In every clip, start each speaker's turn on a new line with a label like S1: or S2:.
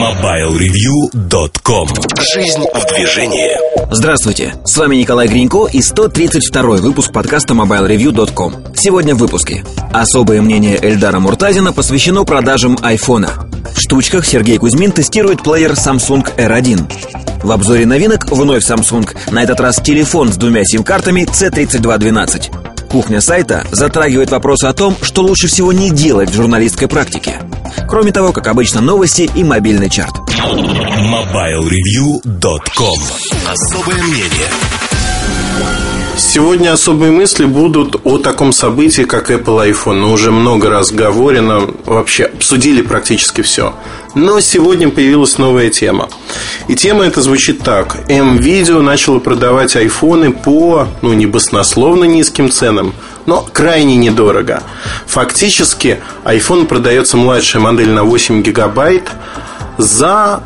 S1: MobileReview.com. Жизнь в движении.
S2: Здравствуйте, с вами Николай Гринько и 132-й выпуск подкаста MobileReview.com. Сегодня в выпуске. Особое мнение Эльдара Муртазина посвящено продажам айфона. В штучках Сергей Кузьмин тестирует плеер Samsung R1. В обзоре новинок вновь Samsung, на этот раз телефон с двумя сим-картами C3212. Кухня сайта затрагивает вопросы о том, что лучше всего не делать в журналистской практике. Кроме того, как обычно, новости и мобильный чарт.
S1: MobileReview.com. Особое мнение.
S3: Сегодня особые мысли будут о таком событии, как Apple iPhone. Но уже много раз говорено, вообще обсудили практически все. Но сегодня появилась новая тема. И тема эта звучит так. M-Video начало продавать айфоны по, не баснословно низким ценам, но крайне недорого. Фактически, iPhone продается младшая модель на 8 гигабайт за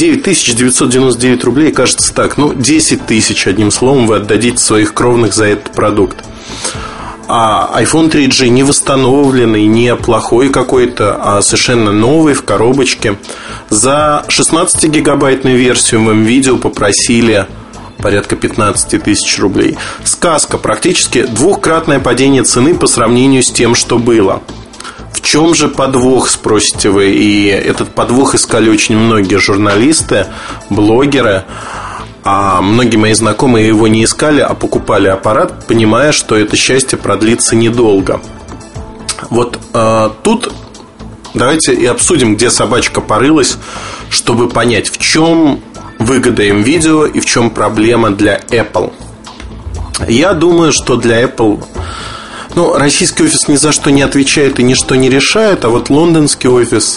S3: 9999 рублей, кажется так. 10 тысяч, одним словом, вы отдадите своих кровных за этот продукт. А iPhone 3G не восстановленный, не плохой какой-то, а совершенно новый, в коробочке. За 16-гигабайтную версию в M-Video попросили порядка 15 тысяч рублей. Сказка, практически двукратное падение цены по сравнению с тем, что было. В чем же подвох, спросите вы? И этот подвох искали очень многие журналисты, блогеры. А многие мои знакомые его не искали, а покупали аппарат, понимая, что это счастье продлится недолго. Вот тут давайте и обсудим, где собачка порылась, чтобы понять, в чем выгода M-Video и в чем проблема для Apple. Я думаю, что для Apple... российский офис ни за что не отвечает и ничто не решает, а вот лондонский офис,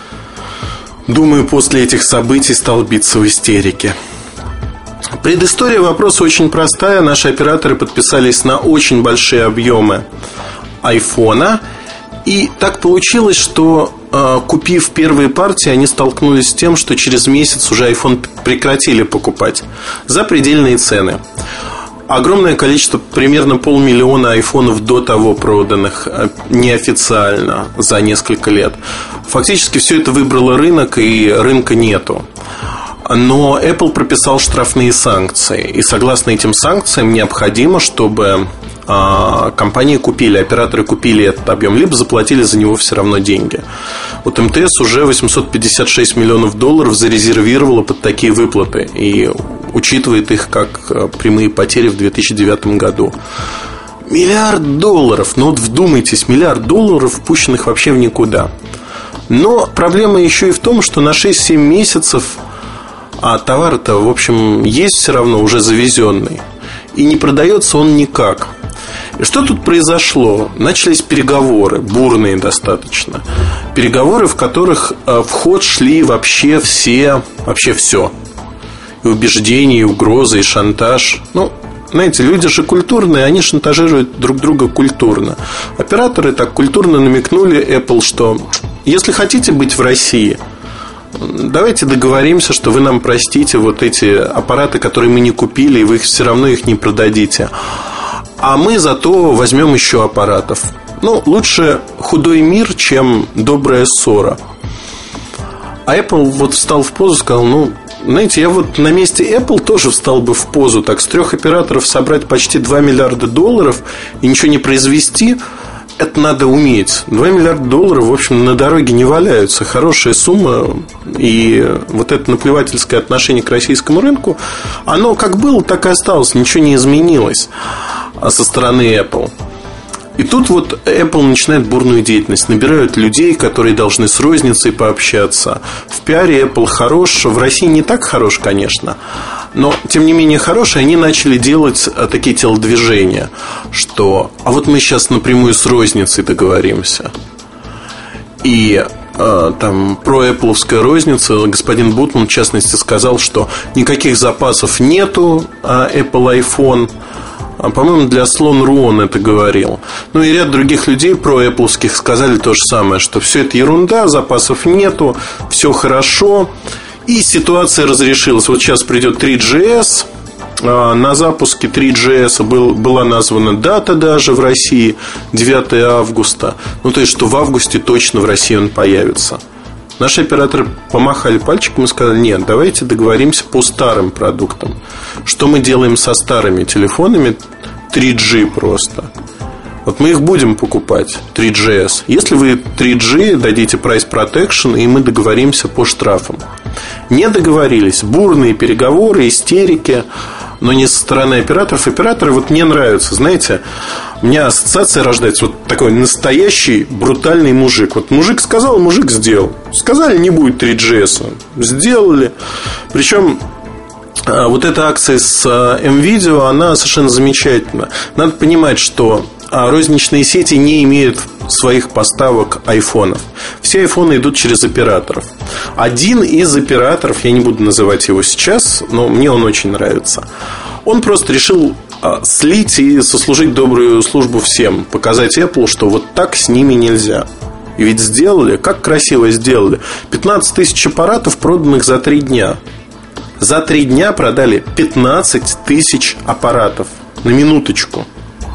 S3: думаю, после этих событий стал биться в истерике. Предыстория вопроса очень простая. Наши операторы подписались на очень большие объемы айфона. И так получилось, что, купив первые партии, они столкнулись с тем, что через месяц уже iPhone прекратили покупать за предельные цены. Огромное количество, примерно 500 000 айфонов до того проданных неофициально за несколько лет. Фактически все это выбрало рынок, и рынка нету. Но Apple прописал штрафные санкции. И согласно этим санкциям необходимо, чтобы компании купили, операторы купили этот объем, либо заплатили за него все равно деньги. Вот МТС уже $856 миллионов зарезервировало под такие выплаты и учитывает их как прямые потери в 2009 году. $1 миллиард. Вдумайтесь, $1 миллиард, впущенных вообще в никуда. Но проблема еще и в том, что на 6-7 месяцев товар-то, в общем, есть все равно уже завезенный. И не продается он никак. И что тут произошло? Начались переговоры, бурные достаточно. Переговоры, в которых в ход шли вообще все. И убеждения, и угрозы, и шантаж. Знаете, люди же культурные, они шантажируют друг друга культурно. Операторы так культурно намекнули Apple, что если хотите быть в России, давайте договоримся, что вы нам простите вот эти аппараты, которые мы не купили, и вы все равно их не продадите. А мы зато возьмем еще аппаратов. Лучше худой мир, чем добрая ссора. А Apple встал в позу, сказал, знаете, я на месте Apple тоже встал бы в позу. Так, с 3 операторов собрать почти $2 миллиарда и ничего не произвести, это надо уметь. $2 миллиарда, в общем, на дороге не валяются. Хорошая сумма. И вот это наплевательское отношение к российскому рынку, оно как было, так и осталось. Ничего не изменилось со стороны Apple. И тут Apple начинает бурную деятельность. Набирают людей, которые должны с розницей пообщаться. В пиаре Apple хорош. В России не так хорош, конечно, но, тем не менее, хорош. И они начали делать такие телодвижения, что мы сейчас напрямую с розницей договоримся. И про Apple'овская розница господин Бутман, в частности, сказал, что никаких запасов нету Apple iPhone. По-моему, для Слон.ру он это говорил. И ряд других людей про Apple'ских сказали то же самое, что все это ерунда, запасов нету, все хорошо. И ситуация разрешилась. Сейчас придет 3GS. На запуске 3GS была названа дата даже в России, 9 августа. То есть, что в августе точно в России он появится. Наши операторы помахали пальчиком и сказали: нет, давайте договоримся по старым продуктам. Что мы делаем со старыми телефонами 3G просто? Вот мы их будем покупать, 3GS. Если вы 3G дадите price protection, и мы договоримся по штрафам. Не договорились. Бурные переговоры, истерики. Но не со стороны операторов. Операторы вот мне нравятся. Знаете, у меня ассоциация рождается. Вот такой настоящий брутальный мужик. Вот мужик сказал, мужик сделал. Сказали, не будет 3GS. Сделали. Причем вот эта акция с МВидео, она совершенно замечательна. Надо понимать, что розничные сети не имеют своих поставок айфонов. Все айфоны идут через операторов. Один из операторов, я не буду называть его сейчас, но мне он очень нравится, он просто решил слить и сослужить добрую службу всем. Показать Apple, что вот так с ними нельзя. И ведь сделали, как красиво сделали. 15 тысяч аппаратов, проданных за 3 дня. За 3 дня продали 15 тысяч аппаратов. На минуточку.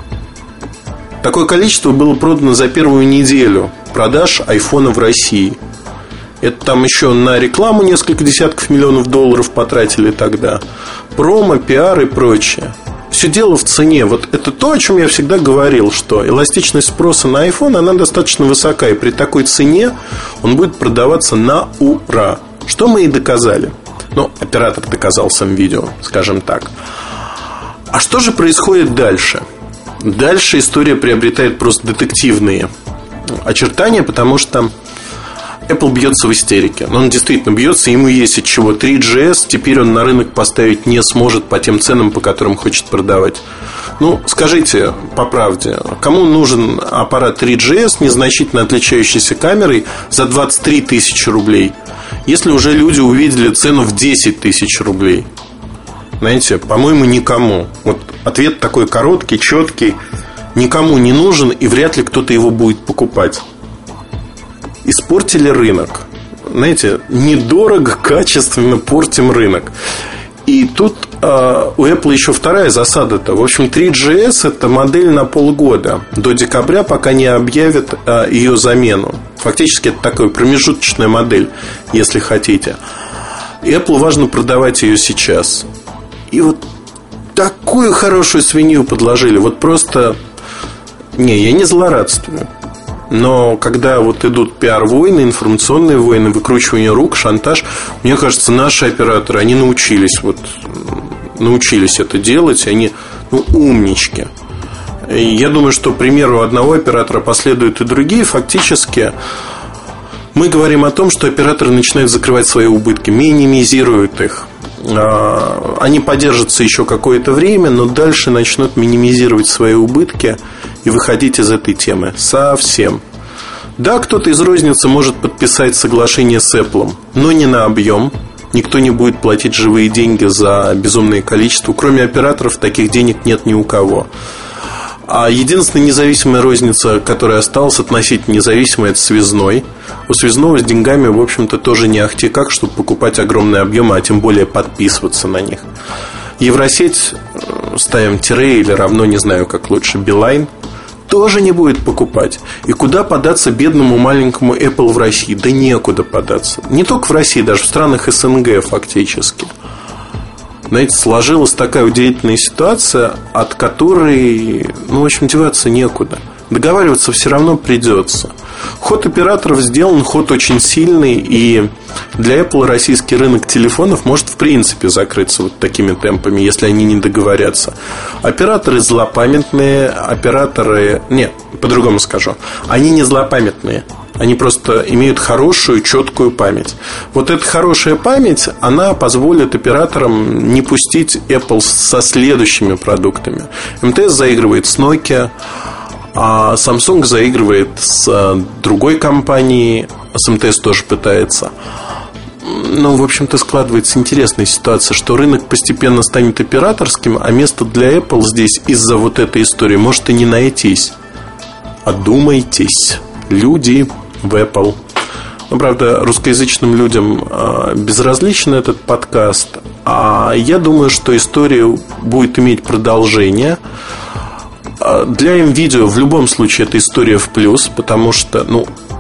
S3: Такое количество было продано за первую неделю продаж айфона в России. Это там еще на рекламу несколько десятков миллионов долларов потратили тогда. Промо, пиар и прочее. Все дело в цене. Вот это то, о чем я всегда говорил, что эластичность спроса на iPhone, она достаточно высока. И при такой цене он будет продаваться на ура. Что мы и доказали. Ну, оператор доказал сам видео, скажем так. А что же происходит дальше? Дальше история приобретает просто детективные очертания, потому что Apple бьется в истерике. Но он действительно бьется, ему есть от чего. 3GS теперь он на рынок поставить не сможет по тем ценам, по которым хочет продавать. Ну, скажите по правде, кому нужен аппарат 3GS, незначительно отличающийся камерой, за 23 тысячи рублей, если уже люди увидели цену в 10 тысяч рублей? Знаете, по-моему, никому. Вот ответ такой короткий, четкий. Никому не нужен, и вряд ли кто-то его будет покупать. Испортили рынок. Знаете, недорого, качественно портим рынок. И тут у Apple еще вторая засада-то. В общем, 3GS это модель на полгода. До декабря, пока не объявят ее замену. Фактически это такая промежуточная модель, если хотите. И Apple важно продавать ее сейчас. И вот такую хорошую свинью подложили. Вот просто... Не, я не злорадствую. Но когда вот идут пиар-войны, информационные войны, выкручивание рук, шантаж, мне кажется, наши операторы, они научились это делать. Они умнички. И я думаю, что, к примеру, одного оператора последуют и другие. Фактически мы говорим о том, что операторы начинают закрывать свои убытки, минимизируют их. Они подержатся еще какое-то время, но дальше начнут минимизировать свои убытки и выходить из этой темы совсем. Да, кто-то из розницы может подписать соглашение с Apple, но не на объем. Никто не будет платить живые деньги за безумное количество. Кроме операторов, таких денег нет ни у кого. А единственная независимая розница, которая осталась относительно независимая, это связной. У связного с деньгами, в общем-то, тоже не ахти как, чтобы покупать огромные объемы, а тем более подписываться на них. Евросеть, ставим тире или равно, не знаю как лучше, Билайн, тоже не будет покупать. И куда податься бедному маленькому Apple в России? Да некуда податься. Не только в России, даже в странах СНГ фактически. Знаете, сложилась такая удивительная ситуация, от которой, в общем, деваться некуда. Договариваться все равно придется. Ход операторов сделан, ход очень сильный. И для Apple российский рынок телефонов может в принципе закрыться вот такими темпами, если они не договорятся. Операторы злопамятные. Нет, по-другому скажу. Они не злопамятные. Они просто имеют хорошую, четкую память. Вот эта хорошая память, она позволит операторам не пустить Apple со следующими продуктами. МТС заигрывает с Nokia, а Samsung заигрывает с другой компанией. С МТС тоже пытается. Ну, в общем-то, складывается интересная ситуация, что рынок постепенно станет операторским, а место для Apple здесь из-за вот этой истории может и не найтись. Одумайтесь, люди в Apple. Ну, правда, русскоязычным людям безразличен этот подкаст. А я думаю, что история будет иметь продолжение. Для МВидео в любом случае это история в плюс, потому что,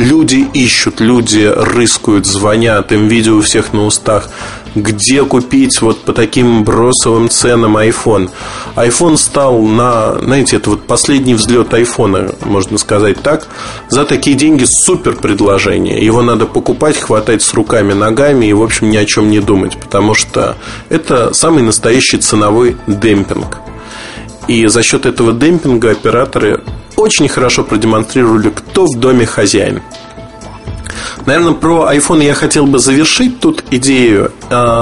S3: люди ищут, люди рыскают, звонят, им видео у всех на устах, где купить вот по таким бросовым ценам iPhone. iPhone стал знаете, это вот последний взлет iPhone, можно сказать так. За такие деньги супер предложение. Его надо покупать, хватать с руками, ногами и, в общем, ни о чем не думать, потому что это самый настоящий ценовой демпинг. И за счет этого демпинга операторы очень хорошо продемонстрировали, кто в доме хозяин. Наверное, про iPhone я хотел бы завершить тут идею.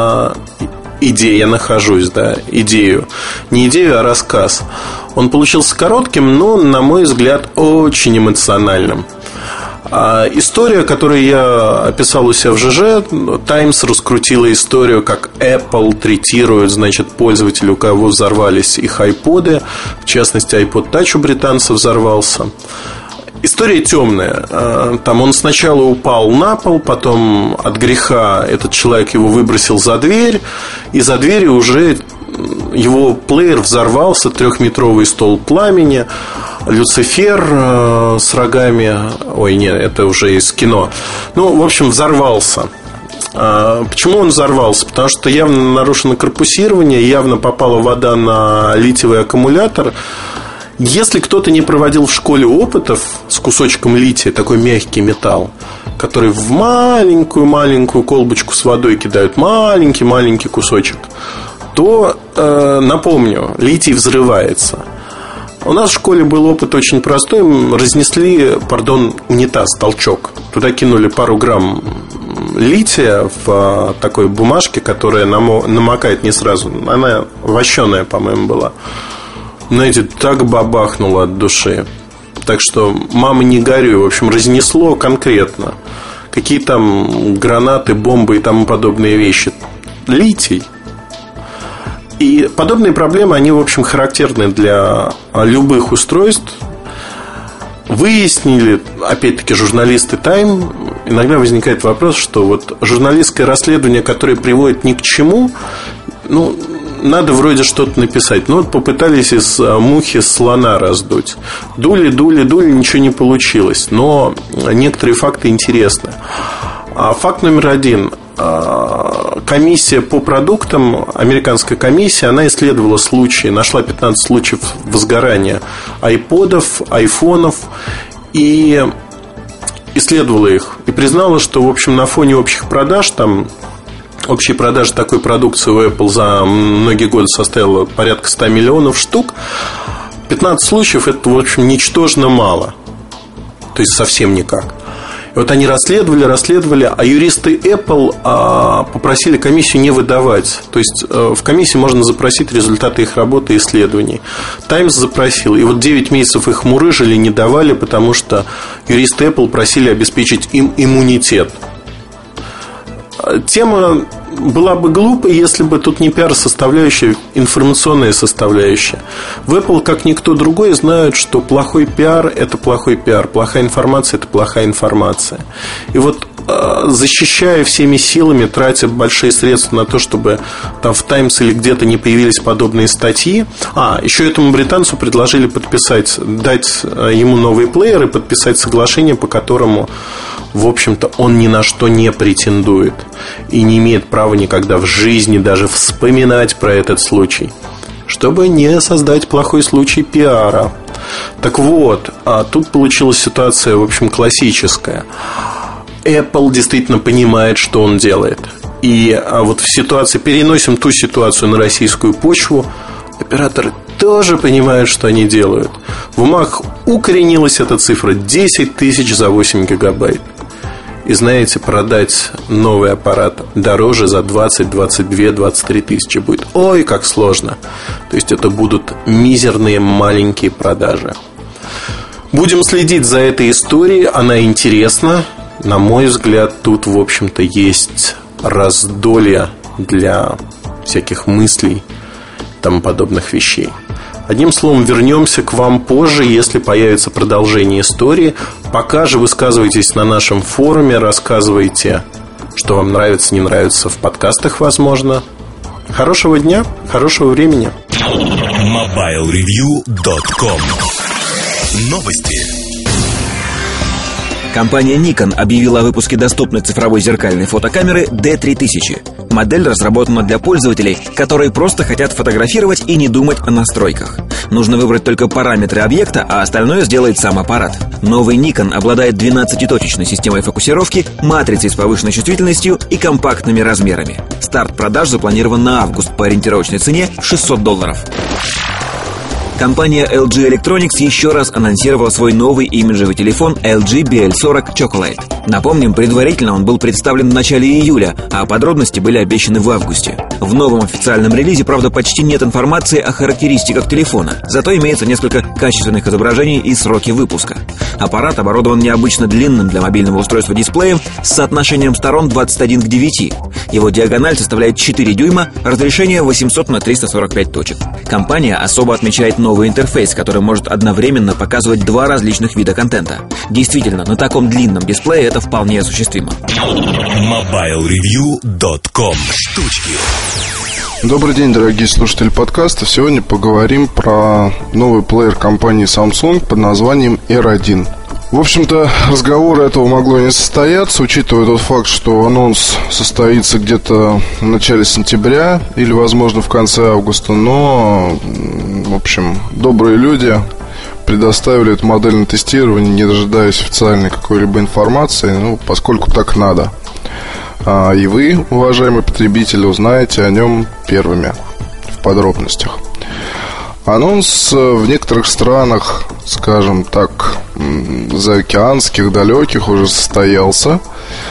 S3: Я нахожусь, идею. Не идею, а рассказ. Он получился коротким, но, на мой взгляд, очень эмоциональным. История, которую я описал у себя в ЖЖ, Times раскрутила историю, как Apple третирует, пользователей, у кого взорвались их iPod'ы. В частности, iPod Touch у британцев взорвался. История темная. Там он сначала упал на пол, потом от греха этот человек его выбросил за дверь, и за дверью уже его плеер взорвался, 3-метровый столб пламени, Люцифер с рогами. Ой, нет, это уже из кино. В общем, взорвался. Почему он взорвался? Потому что явно нарушено корпусирование, явно попала вода на литиевый аккумулятор. Если кто-то не проводил в школе опытов с кусочком лития, такой мягкий металл, который в маленькую колбочку с водой кидают, маленький кусочек, то, напомню, литий взрывается. У нас в школе был опыт очень простой. Разнесли, унитаз, толчок. Туда кинули пару грамм лития в такой бумажке, которая намокает не сразу. Она вощеная, по-моему, была. Знаете, так бабахнуло от души. Так что, мама, не горюй. В общем, разнесло конкретно. Какие там гранаты, бомбы и тому подобные вещи. Литий. И подобные проблемы, они, в общем, характерны для любых устройств. Выяснили, опять-таки, журналисты Time. Иногда возникает вопрос, что вот журналистское расследование, которое приводит ни к чему, надо вроде что-то написать. Попытались из мухи слона раздуть. Дули, ничего не получилось. Но некоторые факты интересны. Факт номер 1. Комиссия по продуктам, американская комиссия, она исследовала случаи, нашла 15 случаев возгорания айподов, айфонов и исследовала их. И признала, что, в общем, на фоне общих продаж, общие продажи такой продукции у Apple за многие годы составила порядка 100 миллионов штук. 15 случаев – это, в общем, ничтожно мало. То есть совсем никак. И вот они расследовали, а юристы Apple попросили комиссию не выдавать. То есть в комиссии можно запросить результаты их работы и исследований. Times запросил, и вот 9 месяцев их мурыжили, не давали, потому что юристы Apple просили обеспечить им иммунитет. Тема была бы глупой, если бы тут не пиар-составляющая, информационная составляющая. В Apple, как никто другой, знают, что плохой пиар – это плохой пиар, плохая информация – это плохая информация. И вот, защищая всеми силами, тратя большие средства на то, чтобы там в Times или где-то не появились подобные статьи. Еще этому британцу предложили дать ему новые плееры, подписать соглашение, по которому, в общем-то, он ни на что не претендует и не имеет права никогда в жизни даже вспоминать про этот случай, чтобы не создать плохой случай пиара. Так вот, тут получилась ситуация, в общем, классическая. Apple действительно понимает, что он делает. И вот в ситуации, переносим ту ситуацию на российскую почву, операторы тоже понимают, что они делают. В умах укоренилась эта цифра: 10 тысяч за 8 гигабайт. И знаете, продать новый аппарат дороже за 20, 22, 23 тысячи будет. Ой, как сложно. То есть это будут мизерные маленькие продажи. Будем следить за этой историей. Она интересна. На мой взгляд, тут, в общем-то, есть раздолье для всяких мыслей и тому подобных вещей. Одним словом, вернемся к вам позже, если появится продолжение истории. Пока же высказывайтесь на нашем форуме, рассказывайте, что вам нравится, не нравится в подкастах, возможно. Хорошего дня, хорошего времени.
S1: MobileReview.com. Новости.
S2: Компания Nikon объявила о выпуске доступной цифровой зеркальной фотокамеры D3000. Модель разработана для пользователей, которые просто хотят фотографировать и не думать о настройках. Нужно выбрать только параметры объекта, а остальное сделает сам аппарат. Новый Nikon обладает 12-точечной системой фокусировки, матрицей с повышенной чувствительностью и компактными размерами. Старт продаж запланирован на август по ориентировочной цене $600. Компания LG Electronics еще раз анонсировала свой новый имиджевый телефон LG BL40 Chocolate. Напомним, предварительно он был представлен в начале июля, а подробности были обещаны в августе. В новом официальном релизе, правда, почти нет информации о характеристиках телефона, зато имеется несколько качественных изображений и сроки выпуска. Аппарат оборудован необычно длинным для мобильного устройства дисплеем с соотношением сторон 21:9. Его диагональ составляет 4 дюйма, разрешение 800 на 345 точек. Компания особо отмечает новый интерфейс, который может одновременно показывать два различных вида контента. Действительно, на таком длинном дисплее это вполне осуществимо.
S1: MobileReview.com. Штучки.
S4: Добрый день, дорогие слушатели подкаста. Сегодня поговорим про новый плеер компании Samsung под названием R1. В общем-то, разговора этого могло не состояться, учитывая тот факт, что анонс состоится где-то в начале сентября или, возможно, в конце августа. Но, в общем, добрые люди предоставили эту модель на тестирование, не дожидаясь официальной какой-либо информации, поскольку так надо. И вы, уважаемые потребители, узнаете о нем первыми в подробностях. Анонс в некоторых странах, скажем так, заокеанских, далеких, уже состоялся.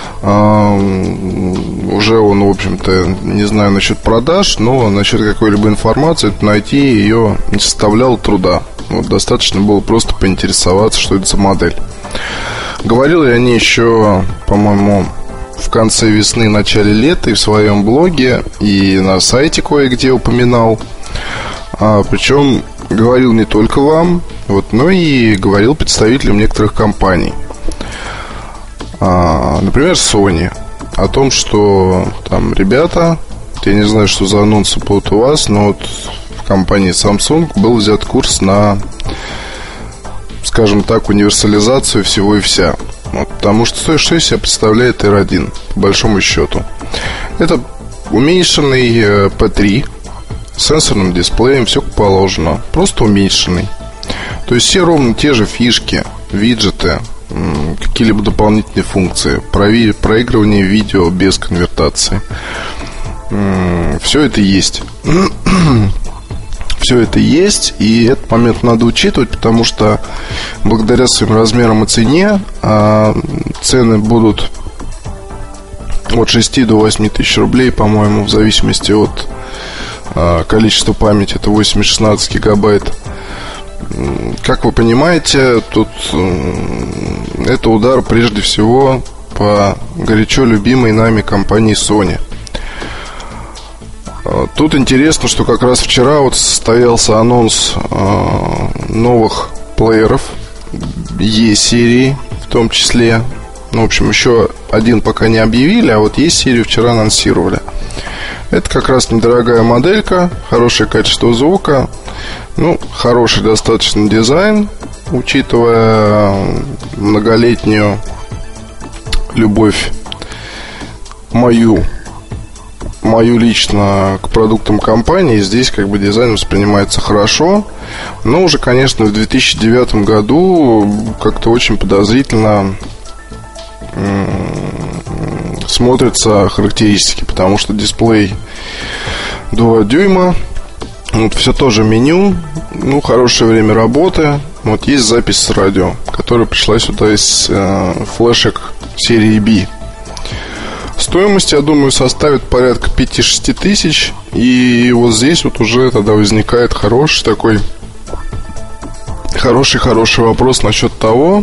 S4: Уже он, в общем-то, не знаю насчет продаж, но насчет какой-либо информации найти ее не составляло труда. Достаточно было просто поинтересоваться, что это за модель. Говорил я о ней еще, по-моему, в конце весны, начале лета, и в своем блоге, и на сайте кое-где упоминал. Причем говорил не только вам, но и говорил представителям некоторых компаний. Например, Sony. О том, что там, ребята, я не знаю, что за анонсы будут у вас, но в компании Samsung был взят курс на, скажем так, универсализацию всего и вся. Потому что что из себя представляет R1, по большому счету? Это уменьшенный P3 с сенсорным дисплеем, все как положено, просто уменьшенный. То есть все ровно те же фишки, виджеты, какие-либо дополнительные функции, проигрывание видео без конвертации. Все это есть. Все это есть, и этот момент надо учитывать, потому что благодаря своим размерам и цене цены будут от 6 до 8 тысяч рублей, по-моему, в зависимости от количества памяти. Это 8-16 гигабайт. Как вы понимаете, тут это удар прежде всего по горячо любимой нами компании Sony. Тут интересно, что как раз вчера состоялся анонс новых плееров E-серии в том числе. В общем, еще один пока не объявили, а E-серию вчера анонсировали. Это как раз недорогая моделька, хорошее качество звука, хороший достаточно дизайн, учитывая многолетнюю любовь мою лично к продуктам компании. Здесь дизайн воспринимается хорошо. Но уже, конечно, в 2009 году как-то очень подозрительно смотрятся характеристики, потому что дисплей 2 дюйма, все тоже меню, хорошее время работы. Есть запись с радио, которая пришла сюда из флешек серии B. Стоимость, я думаю, составит порядка 5-6 тысяч. И здесь уже тогда возникает хороший вопрос насчет того,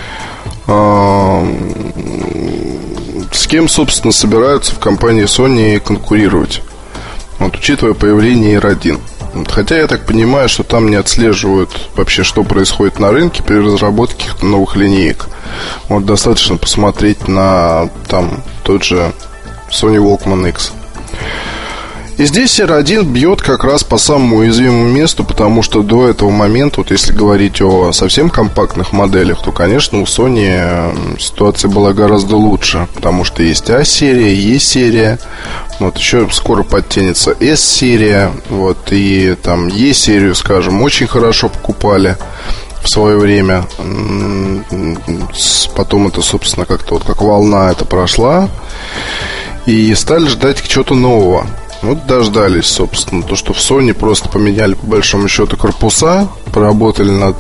S4: с кем, собственно, собираются в компании Sony конкурировать, учитывая появление R1. Хотя я так понимаю, что там не отслеживают вообще, что происходит на рынке при разработке каких-то новых линеек. Достаточно посмотреть на тот же Sony Walkman X. И здесь R1 бьет как раз по самому уязвимому месту, потому что до этого момента, вот если говорить о совсем компактных моделях, то, конечно, у Sony ситуация была гораздо лучше, потому что есть А-серия, Е-серия, вот еще скоро подтянется S-серия, вот, и там Е-серию, скажем, очень хорошо покупали в свое время. Потом это, собственно, как-то вот как волна это прошла, и стали ждать чего-то нового. Вот дождались, собственно, то, что в Sony просто поменяли по большому счету корпуса, поработали над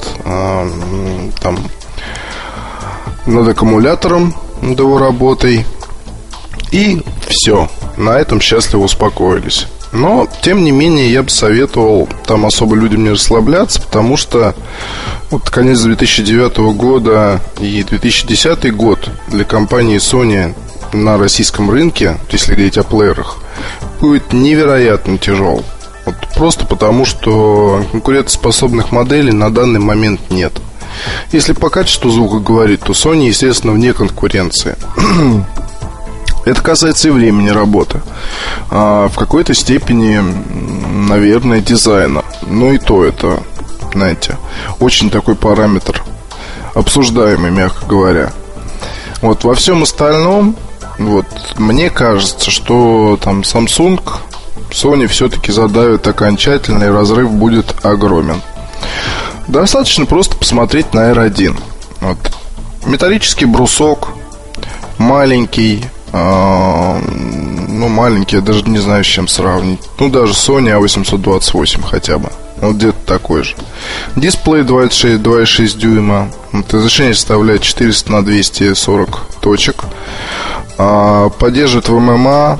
S4: аккумулятором, над его работой, и все, на этом счастливо успокоились. Но, тем не менее, я бы советовал там особо людям не расслабляться, потому что вот конец 2009 года и 2010 год для компании Sony на российском рынке, если говорить о плеерах, будет невероятно тяжел. Вот просто потому, что конкурентоспособных моделей на данный момент нет. Если по качеству звука говорить, то Sony, естественно, вне конкуренции. Это касается и времени работы, в какой-то степени, наверное, дизайна. Но и то это, знаете, очень такой параметр обсуждаемый, мягко говоря. Вот во всем остальном, вот, мне кажется, что там Samsung, Sony все-таки задавит окончательно, и разрыв будет огромен. Достаточно просто посмотреть на R1. Вот. Металлический брусок, маленький, маленький, я даже не знаю, с чем сравнить. Ну, даже Sony A828 хотя бы. Вот где-то такой же. Дисплей 2,6 дюйма. Разрешение составляет 400 на 240 точек. Поддерживает VMA,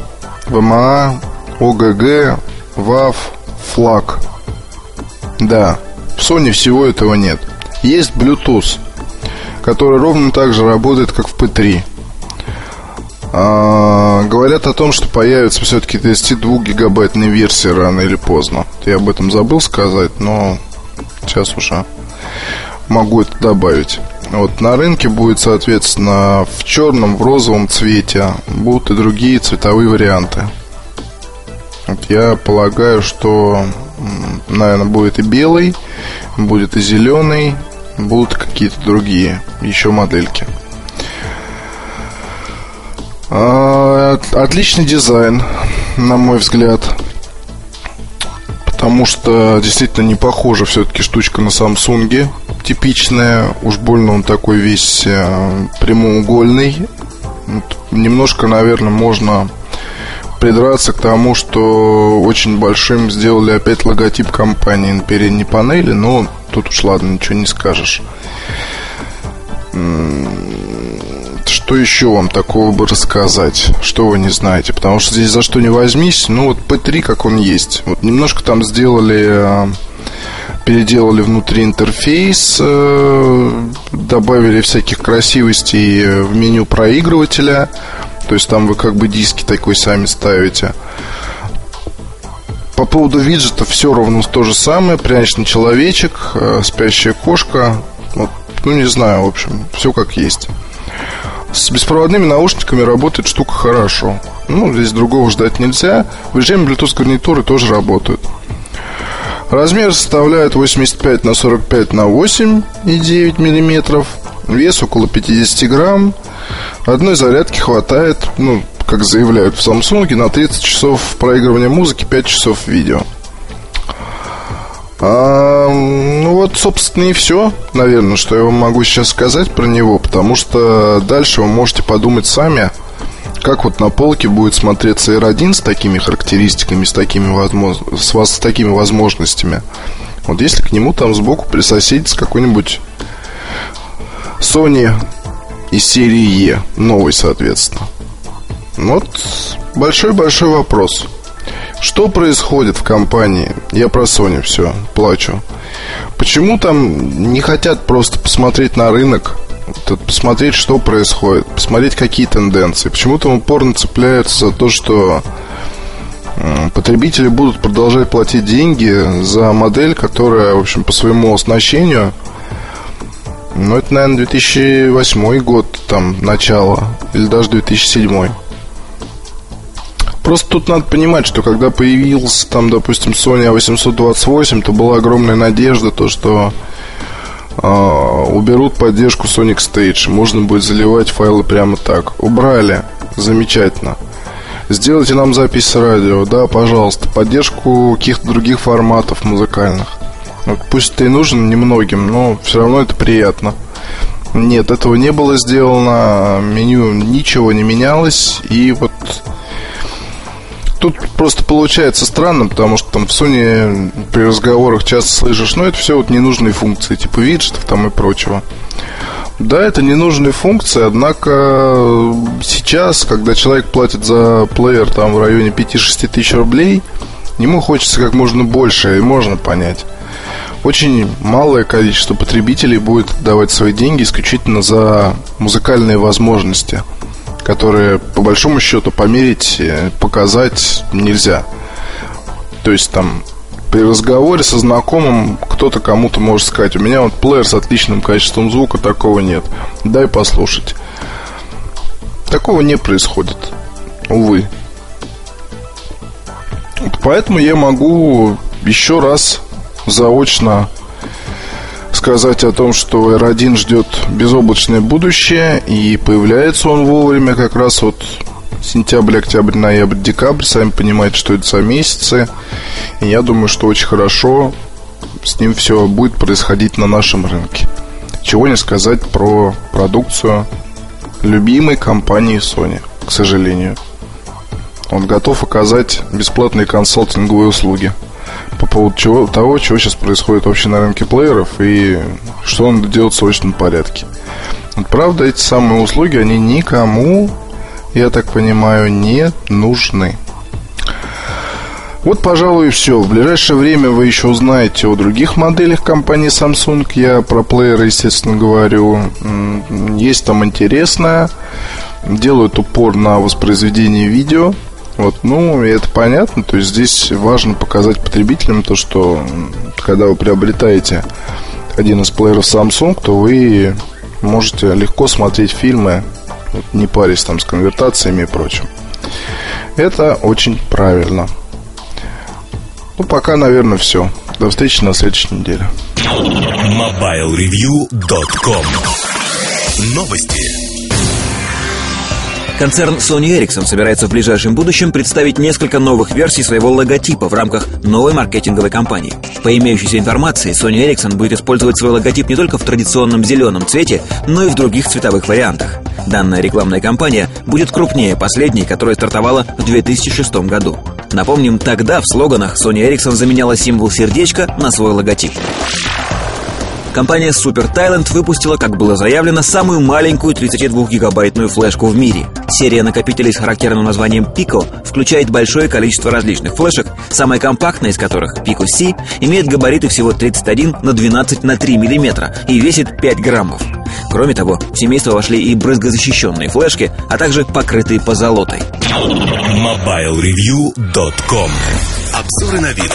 S4: OGG, WAV, FLAC. Да, в Sony всего этого нет. Есть Bluetooth, который ровно так же работает, как в P3. Говорят о том, что появится все-таки 32-гигабайтная версия рано или поздно. Я об этом забыл сказать, но сейчас уже могу это добавить. Вот на рынке будет, соответственно, в черном, в розовом цвете. Будут и другие цветовые варианты. Вот я полагаю, что, наверное, будет и белый, будет и зеленый, будут какие-то другие еще модельки. Отличный дизайн, на мой взгляд, потому что действительно не похожа все-таки штучка на Samsung. Типичная, уж больно он такой весь прямоугольный. Немножко, наверное, можно придраться к тому, что очень большим сделали опять логотип компании на передней панели. Но тут уж ладно, ничего не скажешь. Что еще вам такого бы рассказать, что вы не знаете? Потому что здесь за что не возьмись, ну вот P3 как он есть. Вот немножко там переделали внутри интерфейс, добавили всяких красивостей в меню проигрывателя. То есть там вы как бы диски такой сами ставите. По поводу виджетов все ровно то же самое. Пряничный человечек, спящая кошка. Вот, ну не знаю, в общем, все как есть. С беспроводными наушниками работает штука хорошо. Ну, здесь другого ждать нельзя. В режиме Bluetooth гарнитуры тоже работают. Размер составляет 85 на 45 на 8,9 мм. Вес около 50 грамм. Одной зарядки хватает, ну, как заявляют в Samsung, на 30 часов проигрывания музыки, 5 часов видео. Ну вот, собственно, и все, наверное, что я вам могу сейчас сказать про него. Потому что дальше вы можете подумать сами, как вот на полке будет смотреться R1 с такими характеристиками, с такими возможностями. Вот если к нему там сбоку присоседится какой-нибудь Sony из серии E, новый, соответственно. Вот большой-большой вопрос. Что происходит в компании? Я про Sony все, плачу. Почему там не хотят просто посмотреть на рынок, посмотреть, что происходит, посмотреть, какие тенденции? Почему там упорно цепляются за то, что потребители будут продолжать платить деньги за модель, которая, в общем, по своему оснащению, ну, это, наверное, 2008 год, там, начало, или даже 2007. Просто тут надо понимать, что когда появился там, допустим, Sony A828, то была огромная надежда, то, что уберут поддержку Sonic Stage, можно будет заливать файлы прямо так. Убрали, замечательно. Сделайте нам запись с радио, да, пожалуйста. Поддержку каких-то других форматов музыкальных. Вот, пусть это и нужно немногим, но все равно это приятно. Нет, этого не было сделано. Меню ничего не менялось. И вот тут просто получается странно, потому что там в Sony при разговорах часто слышишь, это все вот ненужные функции, типа виджетов там и прочего. Да, это ненужные функции, однако сейчас, когда человек платит за плеер там в районе 5-6 тысяч рублей, ему хочется как можно больше, и можно понять. Очень малое количество потребителей будет давать свои деньги исключительно за музыкальные возможности, которые, по большому счету, померить, показать нельзя. То есть там при разговоре со знакомым кто-то кому-то может сказать: у меня вот плеер с отличным качеством звука, такого нет, дай послушать. Такого не происходит, увы. Поэтому я могу еще раз заочно сказать о том, что R1 ждет безоблачное будущее, и появляется он вовремя, как раз вот сентябрь, октябрь, ноябрь, декабрь. Сами понимаете, что это за месяцы. И я думаю, что очень хорошо с ним все будет происходить на нашем рынке. Чего не сказать про продукцию любимой компании Sony, к сожалению. Он готов оказать бесплатные консалтинговые услуги по поводу того, чего сейчас происходит вообще на рынке плееров и что он делает в срочном порядке. Вот, правда, эти самые услуги, они никому, я так понимаю, не нужны. Вот, пожалуй, и все. В ближайшее время вы еще узнаете о других моделях компании Samsung. Я про плееры, естественно, говорю. Есть там интересное. Делают упор на воспроизведение видео. Вот, и это понятно. То есть здесь важно показать потребителям то, что когда вы приобретаете один из плееров Samsung, то вы можете легко смотреть фильмы, не парясь там с конвертациями и прочим. Это очень правильно. Пока, наверное, все. До встречи на следующей неделе.
S1: MobileReview.com. Новости.
S2: Концерн Sony Ericsson собирается в ближайшем будущем представить несколько новых версий своего логотипа в рамках новой маркетинговой кампании. По имеющейся информации, Sony Ericsson будет использовать свой логотип не только в традиционном зеленом цвете, но и в других цветовых вариантах. Данная рекламная кампания будет крупнее последней, которая стартовала в 2006 году. Напомним, тогда в слоганах Sony Ericsson заменяла символ сердечка на свой логотип. Компания Super Talent выпустила, как было заявлено, самую маленькую 32-гигабайтную флешку в мире. Серия накопителей с характерным названием Pico включает большое количество различных флешек, самая компактная из которых, Pico C, имеет габариты всего 31 на 12 на 3 мм и весит 5 граммов. Кроме того, в семейство вошли и брызгозащищенные флешки, а также покрытые позолотой.
S1: MobileReview.com. Обзоры новинок.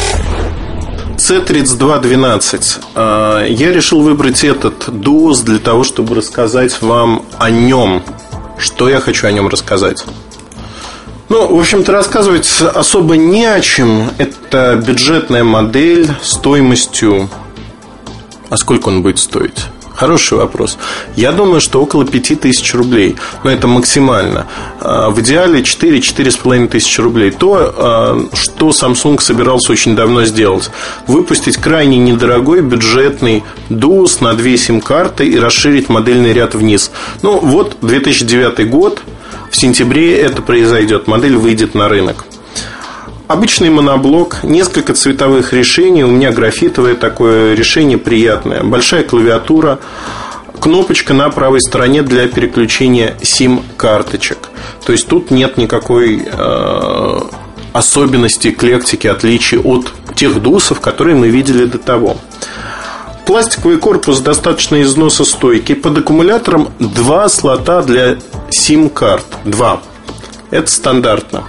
S3: C3212. Я решил выбрать этот DOS для того, чтобы рассказать вам о нем. Что я хочу о нем рассказать? В общем-то, рассказывать особо не о чем. Это бюджетная модель стоимостью... А сколько он будет стоить? Хороший вопрос. Я думаю, что около 5000 рублей. Но это максимально. В идеале 4-4,5 тысячи рублей. То, что Samsung собирался очень давно сделать. Выпустить крайне недорогой бюджетный DOS на 2 сим-карты и расширить модельный ряд вниз. 2009 год. В сентябре это произойдет. Модель выйдет на рынок. Обычный моноблок, несколько цветовых решений. У меня графитовое такое решение приятное. Большая клавиатура, кнопочка на правой стороне для переключения сим-карточек. То есть тут нет никакой особенности, эклектики, отличий от тех дусов, которые мы видели до того. Пластиковый корпус достаточно износостойкий. Под аккумулятором 2 слота для сим-карт. 2. Это стандартно.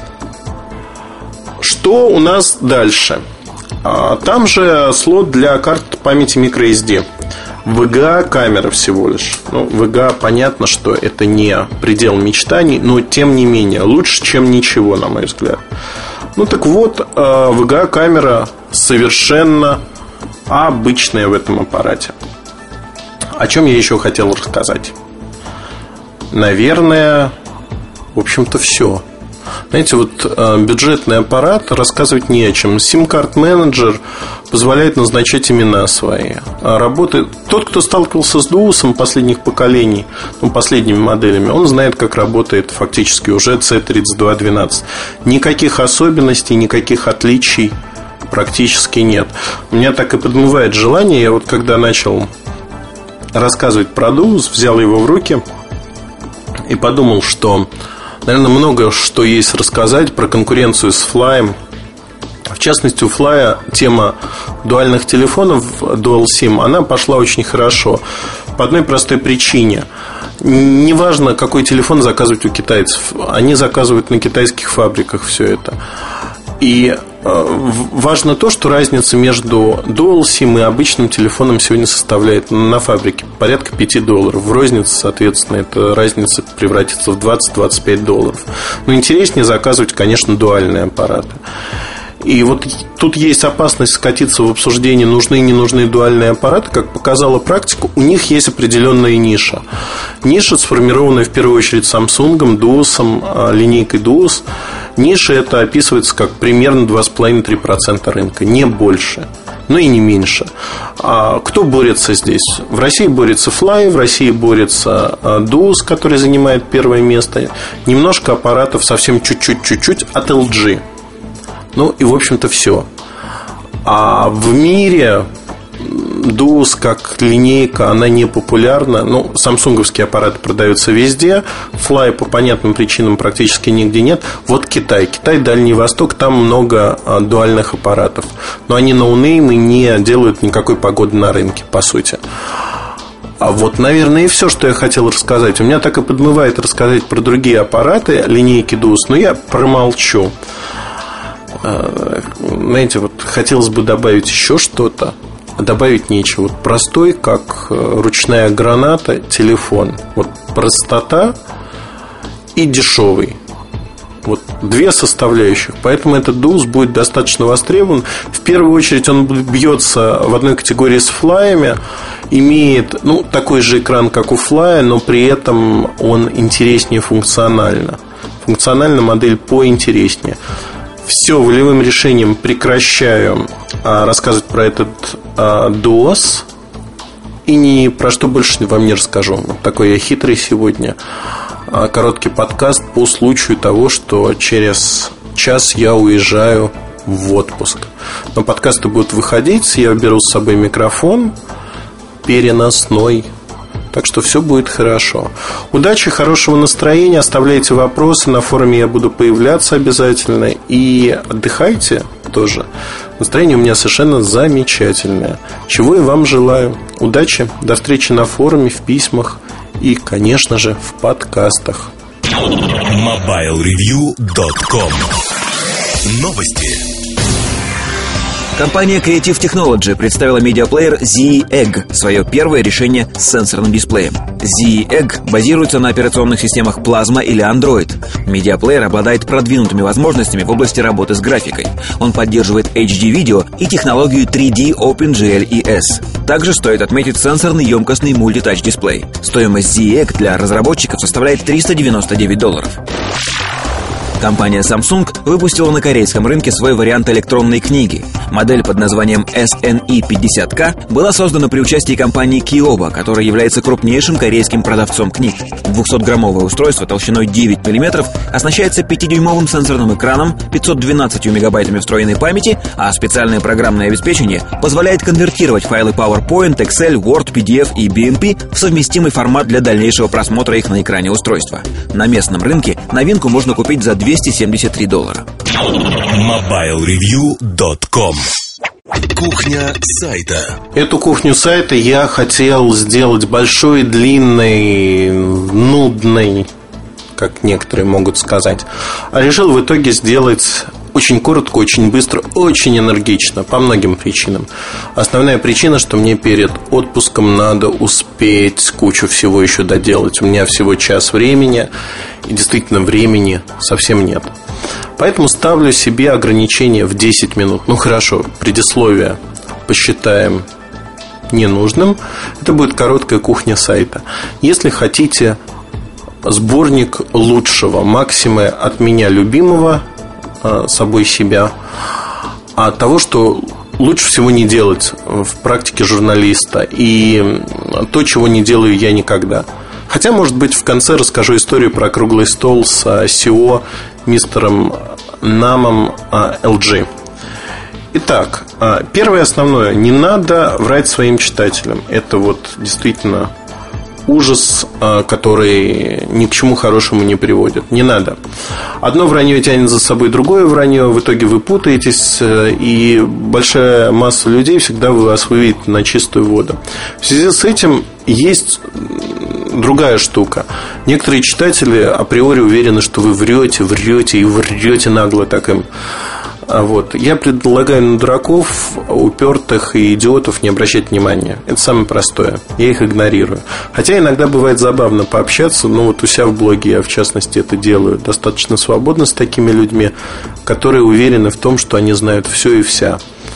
S3: Что у нас дальше? Там же слот для карт памяти microSD. VGA камера всего лишь. Ну, VGA, понятно, что это не предел мечтаний, но тем не менее лучше, чем ничего, на мой взгляд. Ну так вот, VGA камера совершенно обычная в этом аппарате. О чем я еще хотел рассказать? Наверное, в общем-то, все. Знаете, вот бюджетный аппарат рассказывать не о чем. SIM-карт менеджер позволяет назначать имена свои. Работает. Тот, кто сталкивался с дуусом последних поколений, последними моделями, он знает, как работает фактически уже C3212. Никаких особенностей, никаких отличий практически нет. У меня так и подмывает желание. Я вот когда начал рассказывать про дуус, взял его в руки и подумал, что, наверное, много что есть рассказать про конкуренцию с Fly. В частности, у Fly тема дуальных телефонов, Dual SIM, она пошла очень хорошо. По одной простой причине. Неважно, какой телефон заказывать у китайцев. Они заказывают на китайских фабриках все это. И важно то, что разница между Dual SIM и обычным телефоном сегодня составляет на фабрике порядка $5. В рознице, соответственно, эта разница превратится в $20-25. Но интереснее заказывать, конечно, дуальные аппараты. И вот тут есть опасность скатиться в обсуждение, нужны и не нужны дуальные аппараты. Как показала практика, у них есть определенная ниша. Ниша, сформированная в первую очередь Samsung, DUOS, линейкой DUOS. Ниша это описывается как примерно 2,5-3% рынка, не больше, но и не меньше. А кто борется здесь? В России борется Fly, в России борется DUOS, который занимает первое место. Немножко аппаратов, совсем чуть-чуть от LG. Ну и, в общем-то, все. А в мире DUOS как линейка, она не популярна. Ну, самсунговские аппараты продаются везде. Fly по понятным причинам практически нигде нет. Вот Китай, Дальний Восток, там много дуальных аппаратов. Но они ноунеймы, не делают никакой погоды на рынке, по сути. А вот, наверное, и все, что я хотел рассказать. У меня так и подмывает рассказать про другие аппараты линейки DUOS, но я промолчу. Знаете, вот хотелось бы добавить еще что-то, а добавить нечего. Вот простой, как ручная граната, телефон. Вот простота и дешевый. Вот две составляющих. Поэтому этот DUOS будет достаточно востребован. В первую очередь он бьется в одной категории с Fly'ами. Имеет такой же экран, как у Fly, но при этом он интереснее функционально. Функционально модель поинтереснее. Все, волевым решением прекращаю рассказывать про этот DUOS. И ни про что больше вам не расскажу. Вот такой я хитрый сегодня. Короткий подкаст по случаю того, что через час я уезжаю в отпуск. Но подкасты будут выходить. Я беру с собой микрофон переносной. Так что все будет хорошо. Удачи, хорошего настроения. Оставляйте вопросы. На форуме я буду появляться обязательно. И отдыхайте тоже. Настроение у меня совершенно замечательное. Чего я вам желаю. Удачи. До встречи на форуме, в письмах. И, конечно же, в подкастах.
S1: MobileReview.com. Новости.
S2: Компания Creative Technology представила медиаплеер ZEEGG, свое первое решение с сенсорным дисплеем. ZEEGG базируется на операционных системах Plasma или Android. Медиаплеер обладает продвинутыми возможностями в области работы с графикой. Он поддерживает HD-видео и технологию 3D OpenGL ES. Также стоит отметить сенсорный емкостный мультитач-дисплей. Стоимость ZEEGG для разработчиков составляет $399. Компания Samsung выпустила на корейском рынке свой вариант электронной книги. Модель под названием SNE50K была создана при участии компании Kioba, которая является крупнейшим корейским продавцом книг. 200-граммовое устройство толщиной 9 мм оснащается 5-дюймовым сенсорным экраном, 512 мегабайтами встроенной памяти, а специальное программное обеспечение позволяет конвертировать файлы PowerPoint, Excel, Word, PDF и BMP в совместимый формат для дальнейшего просмотра их на экране устройства. На местном рынке новинку можно купить за $273.
S1: MobileReview.com. Кухня сайта.
S3: Эту кухню сайта я хотел сделать большой, длинной, нудной, как некоторые могут сказать. А решил в итоге сделать очень коротко, очень быстро, очень энергично, по многим причинам. Основная причина, что мне перед отпуском надо успеть кучу всего еще доделать. У меня всего час времени, и действительно времени совсем нет. Поэтому ставлю себе ограничение в 10 минут. Ну хорошо, предисловие посчитаем ненужным. Это будет короткая кухня сайта. Если хотите сборник лучшего, максимы от меня любимого, собой себя, от того, что лучше всего не делать в практике журналиста, и то, чего не делаю я никогда. Хотя, может быть, в конце расскажу историю про круглый стол с CEO мистером Намом LG. Итак, первое основное: не надо врать своим читателям. Это вот действительно ужас, который ни к чему хорошему не приводит. Не надо. Одно вранье тянет за собой другое вранье. В итоге вы путаетесь, и большая масса людей всегда вас выведет на чистую воду. В связи с этим есть другая штука. Некоторые читатели априори уверены, что вы врете нагло так им. Вот. Я предлагаю на дураков, упертых и идиотов не обращать внимания. Это самое простое. Я их игнорирую. Хотя иногда бывает забавно пообщаться. Ну вот у себя в блоге я в частности это делаю достаточно свободно с такими людьми, которые уверены в том, что они знают все и вся.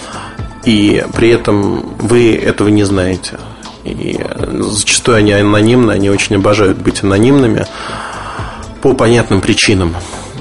S3: И при этом вы этого не знаете. И зачастую они анонимны. Они очень обожают быть анонимными по понятным причинам.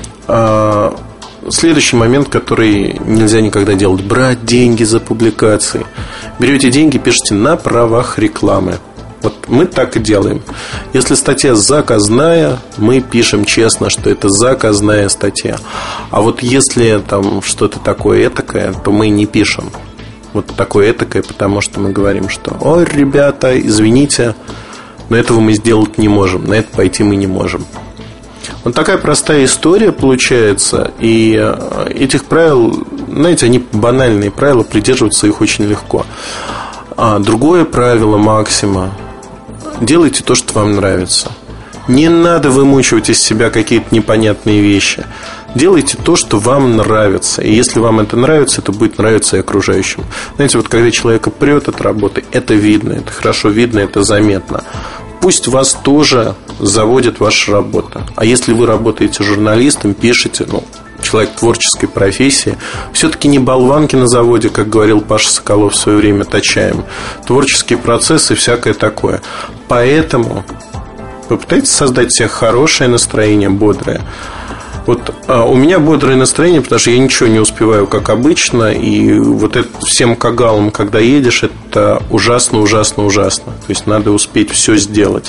S3: Следующий момент, который нельзя никогда делать: брать деньги за публикации. Берете деньги, пишите на правах рекламы. Вот мы так и делаем. Если статья заказная, мы пишем честно, что это заказная статья. А вот если там что-то такое этакое, то мы не пишем вот такое этакое, потому что мы говорим, что: ой, ребята, извините, но этого мы сделать не можем, на это пойти мы не можем. Вот такая простая история получается. И этих правил, знаете, они банальные правила, придерживаться их очень легко. Другое правило, максима: делайте то, что вам нравится. Не надо вымучивать из себя какие-то непонятные вещи. Делайте то, что вам нравится. И если вам это нравится, это будет нравиться и окружающим. Знаете, вот когда человека прет от работы, это видно, это хорошо видно, это заметно. Пусть вас тоже заводит ваша работа. А если вы работаете журналистом, пишете, человек творческой профессии, все-таки не болванки на заводе, как говорил Паша Соколов в свое время, точаем. Творческие процессы, всякое такое. Поэтому попытайтесь создать себе хорошее настроение, бодрое. Вот у меня бодрое настроение, потому что я ничего не успеваю, как обычно. И вот это всем кагалом, когда едешь, это ужасно. То есть надо успеть все сделать.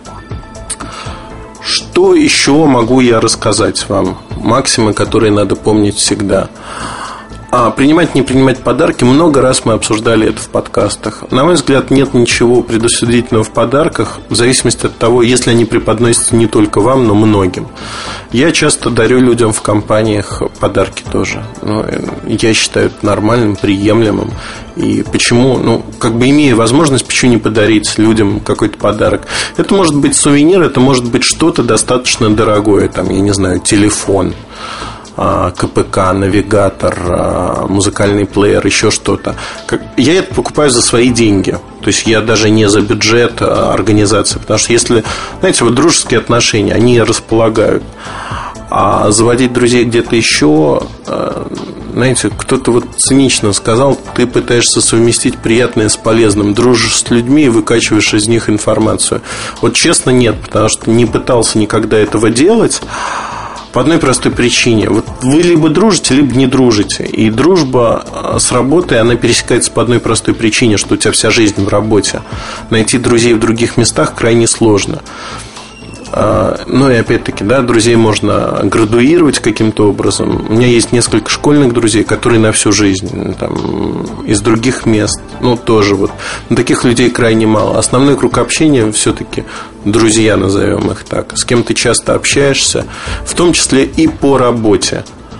S3: Что еще могу я рассказать вам? Максимы, которые надо помнить всегда. Принимать, не принимать подарки. Много раз мы обсуждали это в подкастах. На мой взгляд, нет ничего предосудительного в подарках, в зависимости от того, если они преподносятся не только вам, но многим. Я часто дарю людям в компаниях подарки тоже. Я считаю это нормальным, приемлемым. И почему, имея возможность, почему не подарить людям какой-то подарок? Это может быть сувенир, это может быть что-то достаточно дорогое. Там, я не знаю, телефон, КПК, навигатор, музыкальный плеер, еще что-то. Я это покупаю за свои деньги. То есть я даже не за бюджет организации. Потому что если, знаете, вот дружеские отношения, они располагают. А заводить друзей где-то еще, знаете, кто-то вот цинично сказал: ты пытаешься совместить приятное с полезным, дружишь с людьми и выкачиваешь из них информацию. Вот честно, нет, потому что не пытался никогда этого делать. По одной простой причине: вот вы либо дружите, либо не дружите. И дружба с работой, она пересекается по одной простой причине, что у тебя вся жизнь в работе. Найти друзей в других местах крайне сложно. Ну и опять-таки, друзей можно градуировать каким-то образом. У меня есть несколько школьных друзей, которые на всю жизнь, там, из других мест. Тоже вот. Но таких людей крайне мало. Основной круг общения все-таки друзья, назовем их так. С кем ты часто общаешься, в том числе и по работе.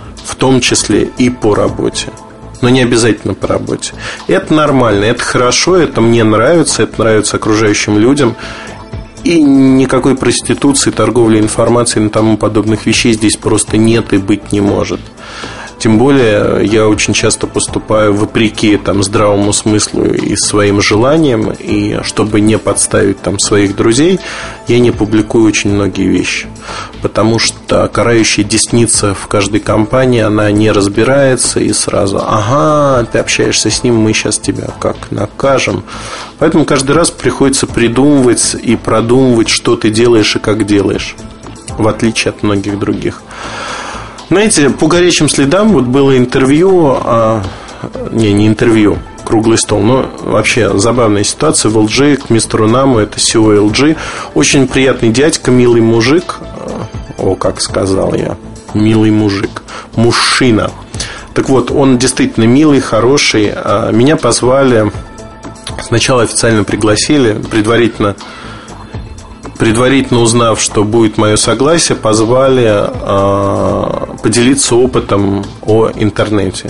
S3: Но не обязательно по работе. Это нормально, это хорошо, это мне нравится, это нравится окружающим людям. И никакой проституции, торговли информацией и тому подобных вещей здесь просто нет и быть не может. Тем более я очень часто поступаю вопреки там здравому смыслу и своим желаниям. И чтобы не подставить там своих друзей, я не публикую очень многие вещи. Потому что карающая десница в каждой компании, она не разбирается и сразу: ага, ты общаешься с ним, мы сейчас тебя как накажем. Поэтому каждый раз приходится придумывать и продумывать, что ты делаешь и как делаешь, в отличие от многих других. Знаете, по горячим следам вот было интервью, не интервью, круглый стол, но вообще забавная ситуация в LG к мистеру Наму, это CEO LG. Очень приятный дядька, милый мужик. Как сказал я, милый мужик, мужчина. Так вот, он действительно милый, хороший. Меня позвали, сначала официально пригласили, предварительно узнав, что будет мое согласие, позвали поделиться опытом о интернете.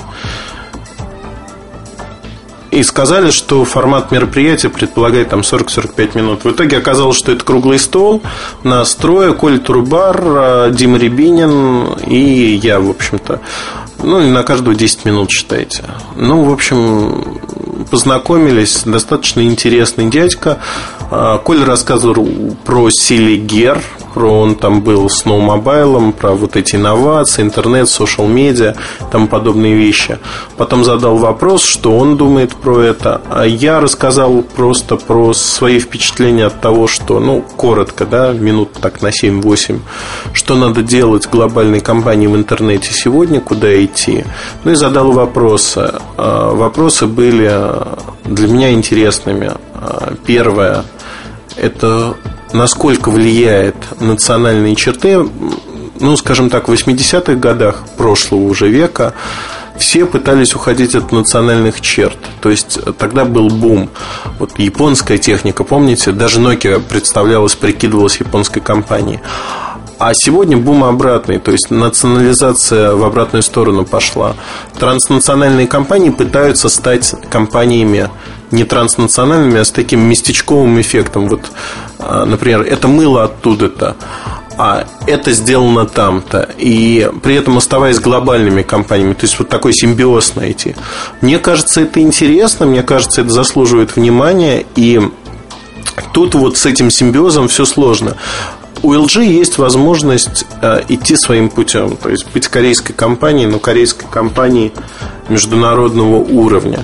S3: И сказали, что формат мероприятия предполагает там 40-45 минут. В итоге оказалось, что это круглый стол. Нас трое: Коля Турубар, Дима Рябинин и я, в общем-то. Ну, и на каждого 10 минут, считайте. Ну, в общем, познакомились. Достаточно интересный дядька. Коля рассказывал про Селигер, он там был с Ноумобайлом, про вот эти инновации, интернет, социал-медиа, тому подобные вещи. Потом задал вопрос, что он думает про это. А я рассказал просто про свои впечатления от того, что, коротко, да, минут так на 7-8, что надо делать глобальной компании в интернете сегодня, куда идти. Ну и задал вопросы. Вопросы были для меня интересными. Первое – это насколько влияет национальные черты. Скажем так, в 80-х годах прошлого уже века все пытались уходить от национальных черт. То есть тогда был бум. Вот японская техника, помните? Даже Nokia прикидывалась японской компанией. А сегодня бум обратный, то есть национализация в обратную сторону пошла. Транснациональные компании пытаются стать компаниями не транснациональными, а с таким местечковым эффектом. Вот, например, это мыло оттуда-то, а это сделано там-то. И при этом оставаясь глобальными компаниями. То есть вот такой симбиоз найти. Мне кажется, это интересно, мне кажется, это заслуживает внимания. И тут вот с этим симбиозом все сложно. У LG есть возможность идти своим путем. То есть быть корейской компанией, но корейской компанией международного уровня.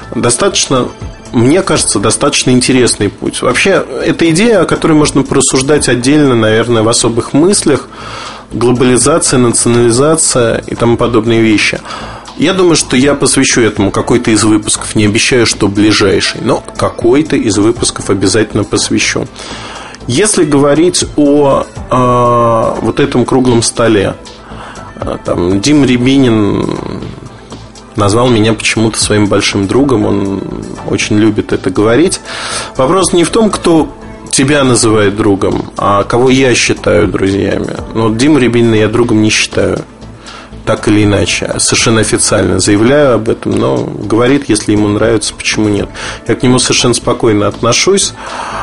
S3: Мне кажется, достаточно интересный путь. Вообще, это идея, о которой можно порассуждать отдельно, наверное, в особых мыслях. Глобализация, национализация и тому подобные вещи. Я думаю, что я посвящу этому какой-то из выпусков. Не обещаю, что ближайший, но какой-то из выпусков обязательно посвящу. Если говорить о вот этом круглом столе, там Дим Рябинин назвал меня почему-то своим большим другом. Он очень любит это говорить. Вопрос не в том, кто тебя называет другом, а кого я считаю друзьями. Но Диму Рябинина я другом не считаю. Так или иначе, совершенно официально заявляю об этом. Но говорит, если ему нравится, почему нет. Я к нему совершенно спокойно отношусь.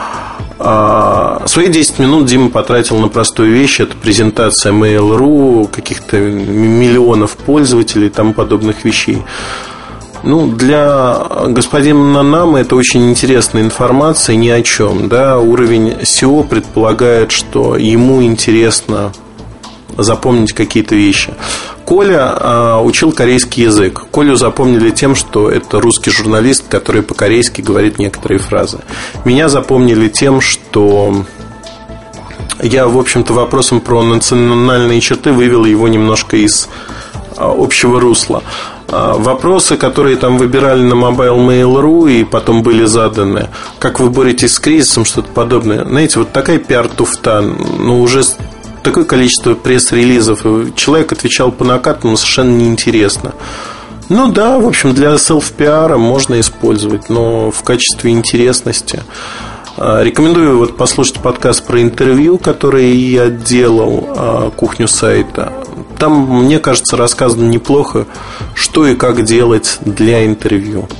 S3: Свои 10 минут Дима потратил на простую вещь. Это презентация Mail.ru, каких-то миллионов пользователей и тому подобных вещей. Для господина Нама это очень интересная информация, ни о чем. Да? Уровень SEO предполагает, что ему интересно запомнить какие-то вещи. Коля учил корейский язык. Колю запомнили тем, что это русский журналист, который по-корейски говорит некоторые фразы. Меня запомнили тем, что я, в общем-то, вопросом про национальные черты вывел его немножко из общего русла. Вопросы, которые там выбирали на Mobile Mail.ru и потом были заданы: как вы боретесь с кризисом, что-то подобное. Знаете, вот такая пиар-туфта, уже такое количество пресс-релизов. Человек отвечал по накату, но совершенно неинтересно. Да, в общем, для селф-пиара можно использовать, но в качестве интересности. Рекомендую послушать подкаст про интервью, который я делал, «Кухню сайта». Там, мне кажется, рассказано неплохо, что и как делать для интервью.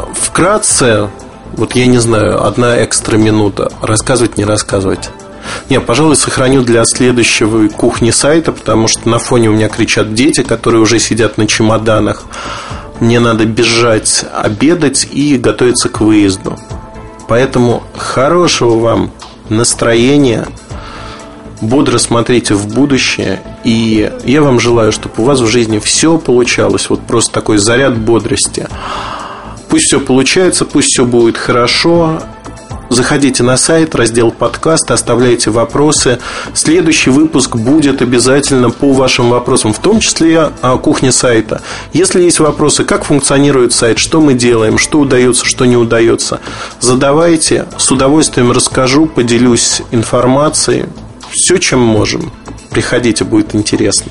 S3: Вкратце, я не знаю, 1 экстра минута. Рассказывать, не рассказывать. Пожалуй, сохраню для следующего кухни сайта, потому что на фоне у меня кричат дети, которые уже сидят на чемоданах. Мне надо бежать, обедать и готовиться к выезду. Поэтому хорошего вам настроения, бодро смотрите в будущее. И я вам желаю, чтобы у вас в жизни все получалось. Вот просто такой заряд бодрости. Пусть все получается, пусть все будет хорошо. Заходите на сайт, раздел подкаст, оставляйте вопросы. Следующий выпуск будет обязательно по вашим вопросам, в том числе о кухне сайта. Если есть вопросы, как функционирует сайт, что мы делаем, что удается, что не удается, задавайте. С удовольствием расскажу, поделюсь информацией. Все, чем можем. Приходите, будет интересно.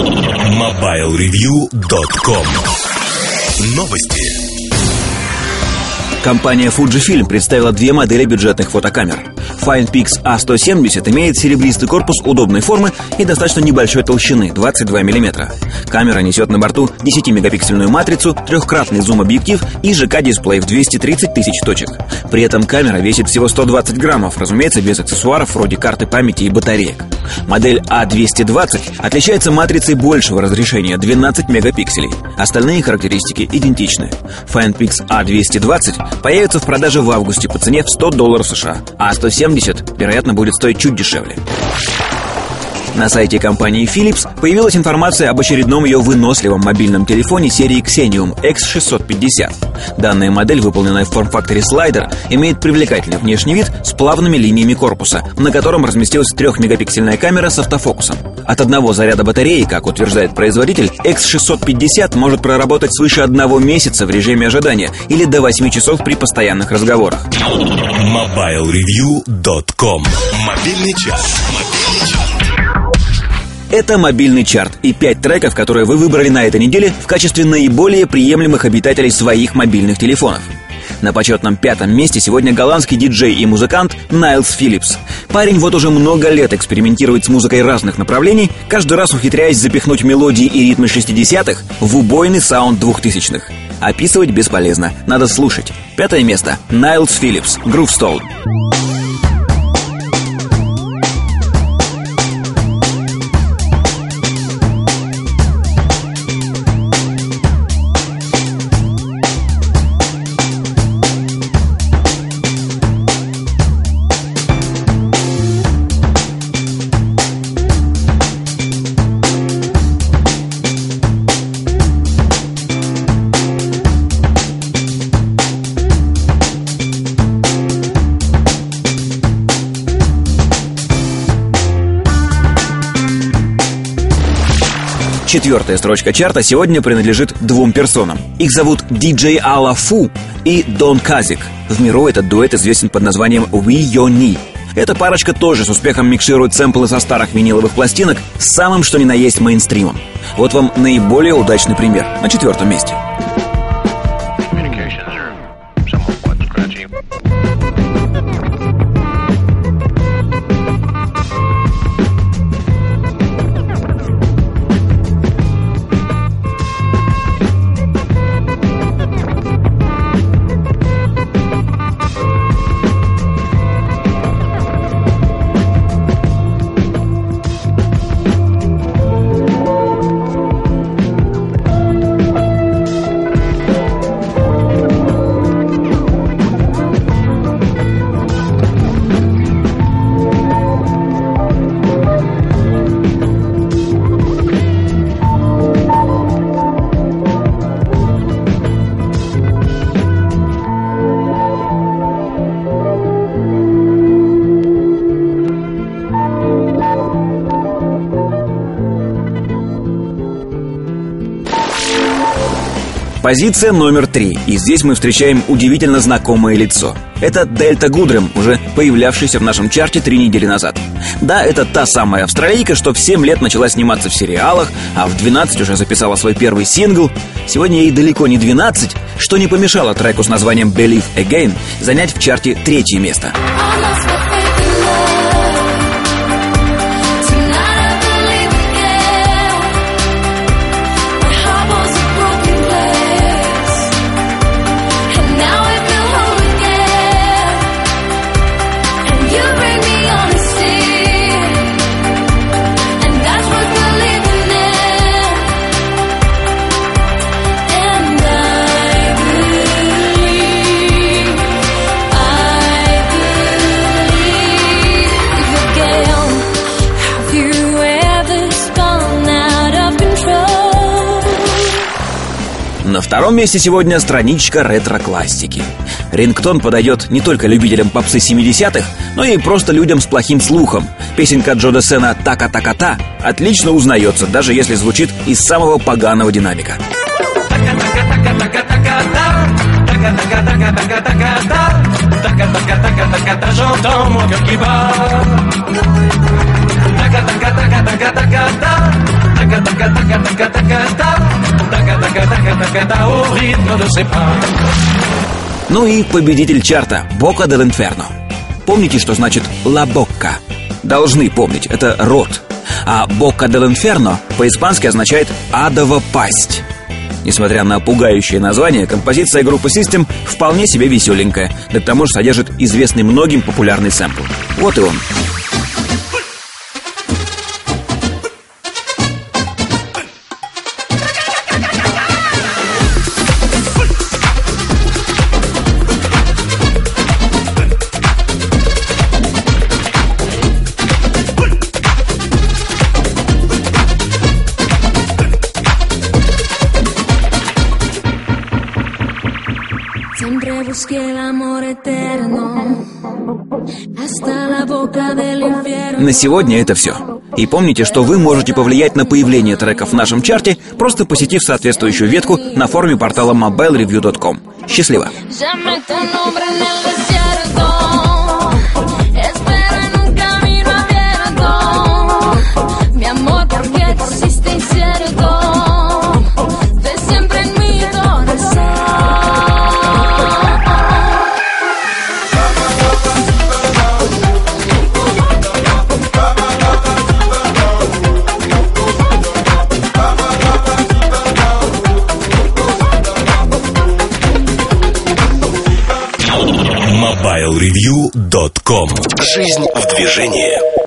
S1: MobileReview.com. Новости.
S2: Компания Fujifilm представила две модели бюджетных фотокамер. Finepix A170 имеет серебристый корпус удобной формы и достаточно небольшой толщины – 22 мм. Камера несет на борту 10-мегапиксельную матрицу, трехкратный зум-объектив и ЖК-дисплей в 230 тысяч точек. При этом камера весит всего 120 граммов, разумеется, без аксессуаров вроде карты памяти и батареек. Модель A220 отличается матрицей большего разрешения – 12 мегапикселей. Остальные характеристики идентичны. Finepix A220 появится в продаже в августе по цене в $100 США, а A170, вероятно, будет стоить чуть дешевле. На сайте компании Philips появилась информация об очередном ее выносливом мобильном телефоне серии Xenium X650. Данная модель, выполненная в форм-факторе слайдер, имеет привлекательный внешний вид с плавными линиями корпуса, на котором разместилась 3-мегапиксельная камера с автофокусом. От одного заряда батареи, как утверждает производитель, X650 может проработать свыше 1 месяца в режиме ожидания или до 8 часов при постоянных разговорах.
S1: MobileReview.com. Мобильный час.
S2: Это мобильный чарт и 5 треков, которые вы выбрали на этой неделе в качестве наиболее приемлемых обитателей своих мобильных телефонов. На почетном 5-м месте сегодня голландский диджей и музыкант Найлс Филлипс. Парень вот уже много лет экспериментирует с музыкой разных направлений, каждый раз ухитряясь запихнуть мелодии и ритмы 60-х в убойный саунд 2000-х. Описывать бесполезно, надо слушать. 5-е место. Найлс Филлипс. Groove Stone. Четвертая строчка чарта сегодня принадлежит двум персонам. Их зовут DJ Ala Fu и Don Kazik. В миру этот дуэт известен под названием We Yo Ni. Эта парочка тоже с успехом микширует сэмплы со старых виниловых пластинок с самым что ни на есть мейнстримом. Вот вам наиболее удачный пример на 4-м месте. Позиция номер 3. И здесь мы встречаем удивительно знакомое лицо. Это Дельта Гудрем, уже появлявшийся в нашем чарте 3 недели назад. Да, это та самая австралийка, что в 7 лет начала сниматься в сериалах, а в 12 уже записала свой первый сингл. Сегодня ей далеко не 12, что не помешало треку с названием Believe Again занять в чарте 3-е место.
S5: See
S2: На втором месте сегодня страничка ретро-классики. Рингтон подойдет не только любителям попсы 70-х, но и просто людям с плохим слухом. Песенка Джо Дассена «Така-така-та» отлично узнается, даже если звучит из самого поганого динамика. Ну и победитель чарта «Бока дель Инферно». Помните, что значит «ла бокка»? Должны помнить, это рот. А «Бока дель Инферно» по-испански означает «адова пасть». Несмотря на пугающее название, композиция группы System вполне себе веселенькая, да к тому же содержит известный многим популярный сэмпл. Вот и он. На сегодня это все. И помните, что вы можете повлиять на появление треков в нашем чарте, просто посетив соответствующую ветку на форуме портала mobilereview.com. Счастливо!
S1: mobilereview.com. Жизнь в движении.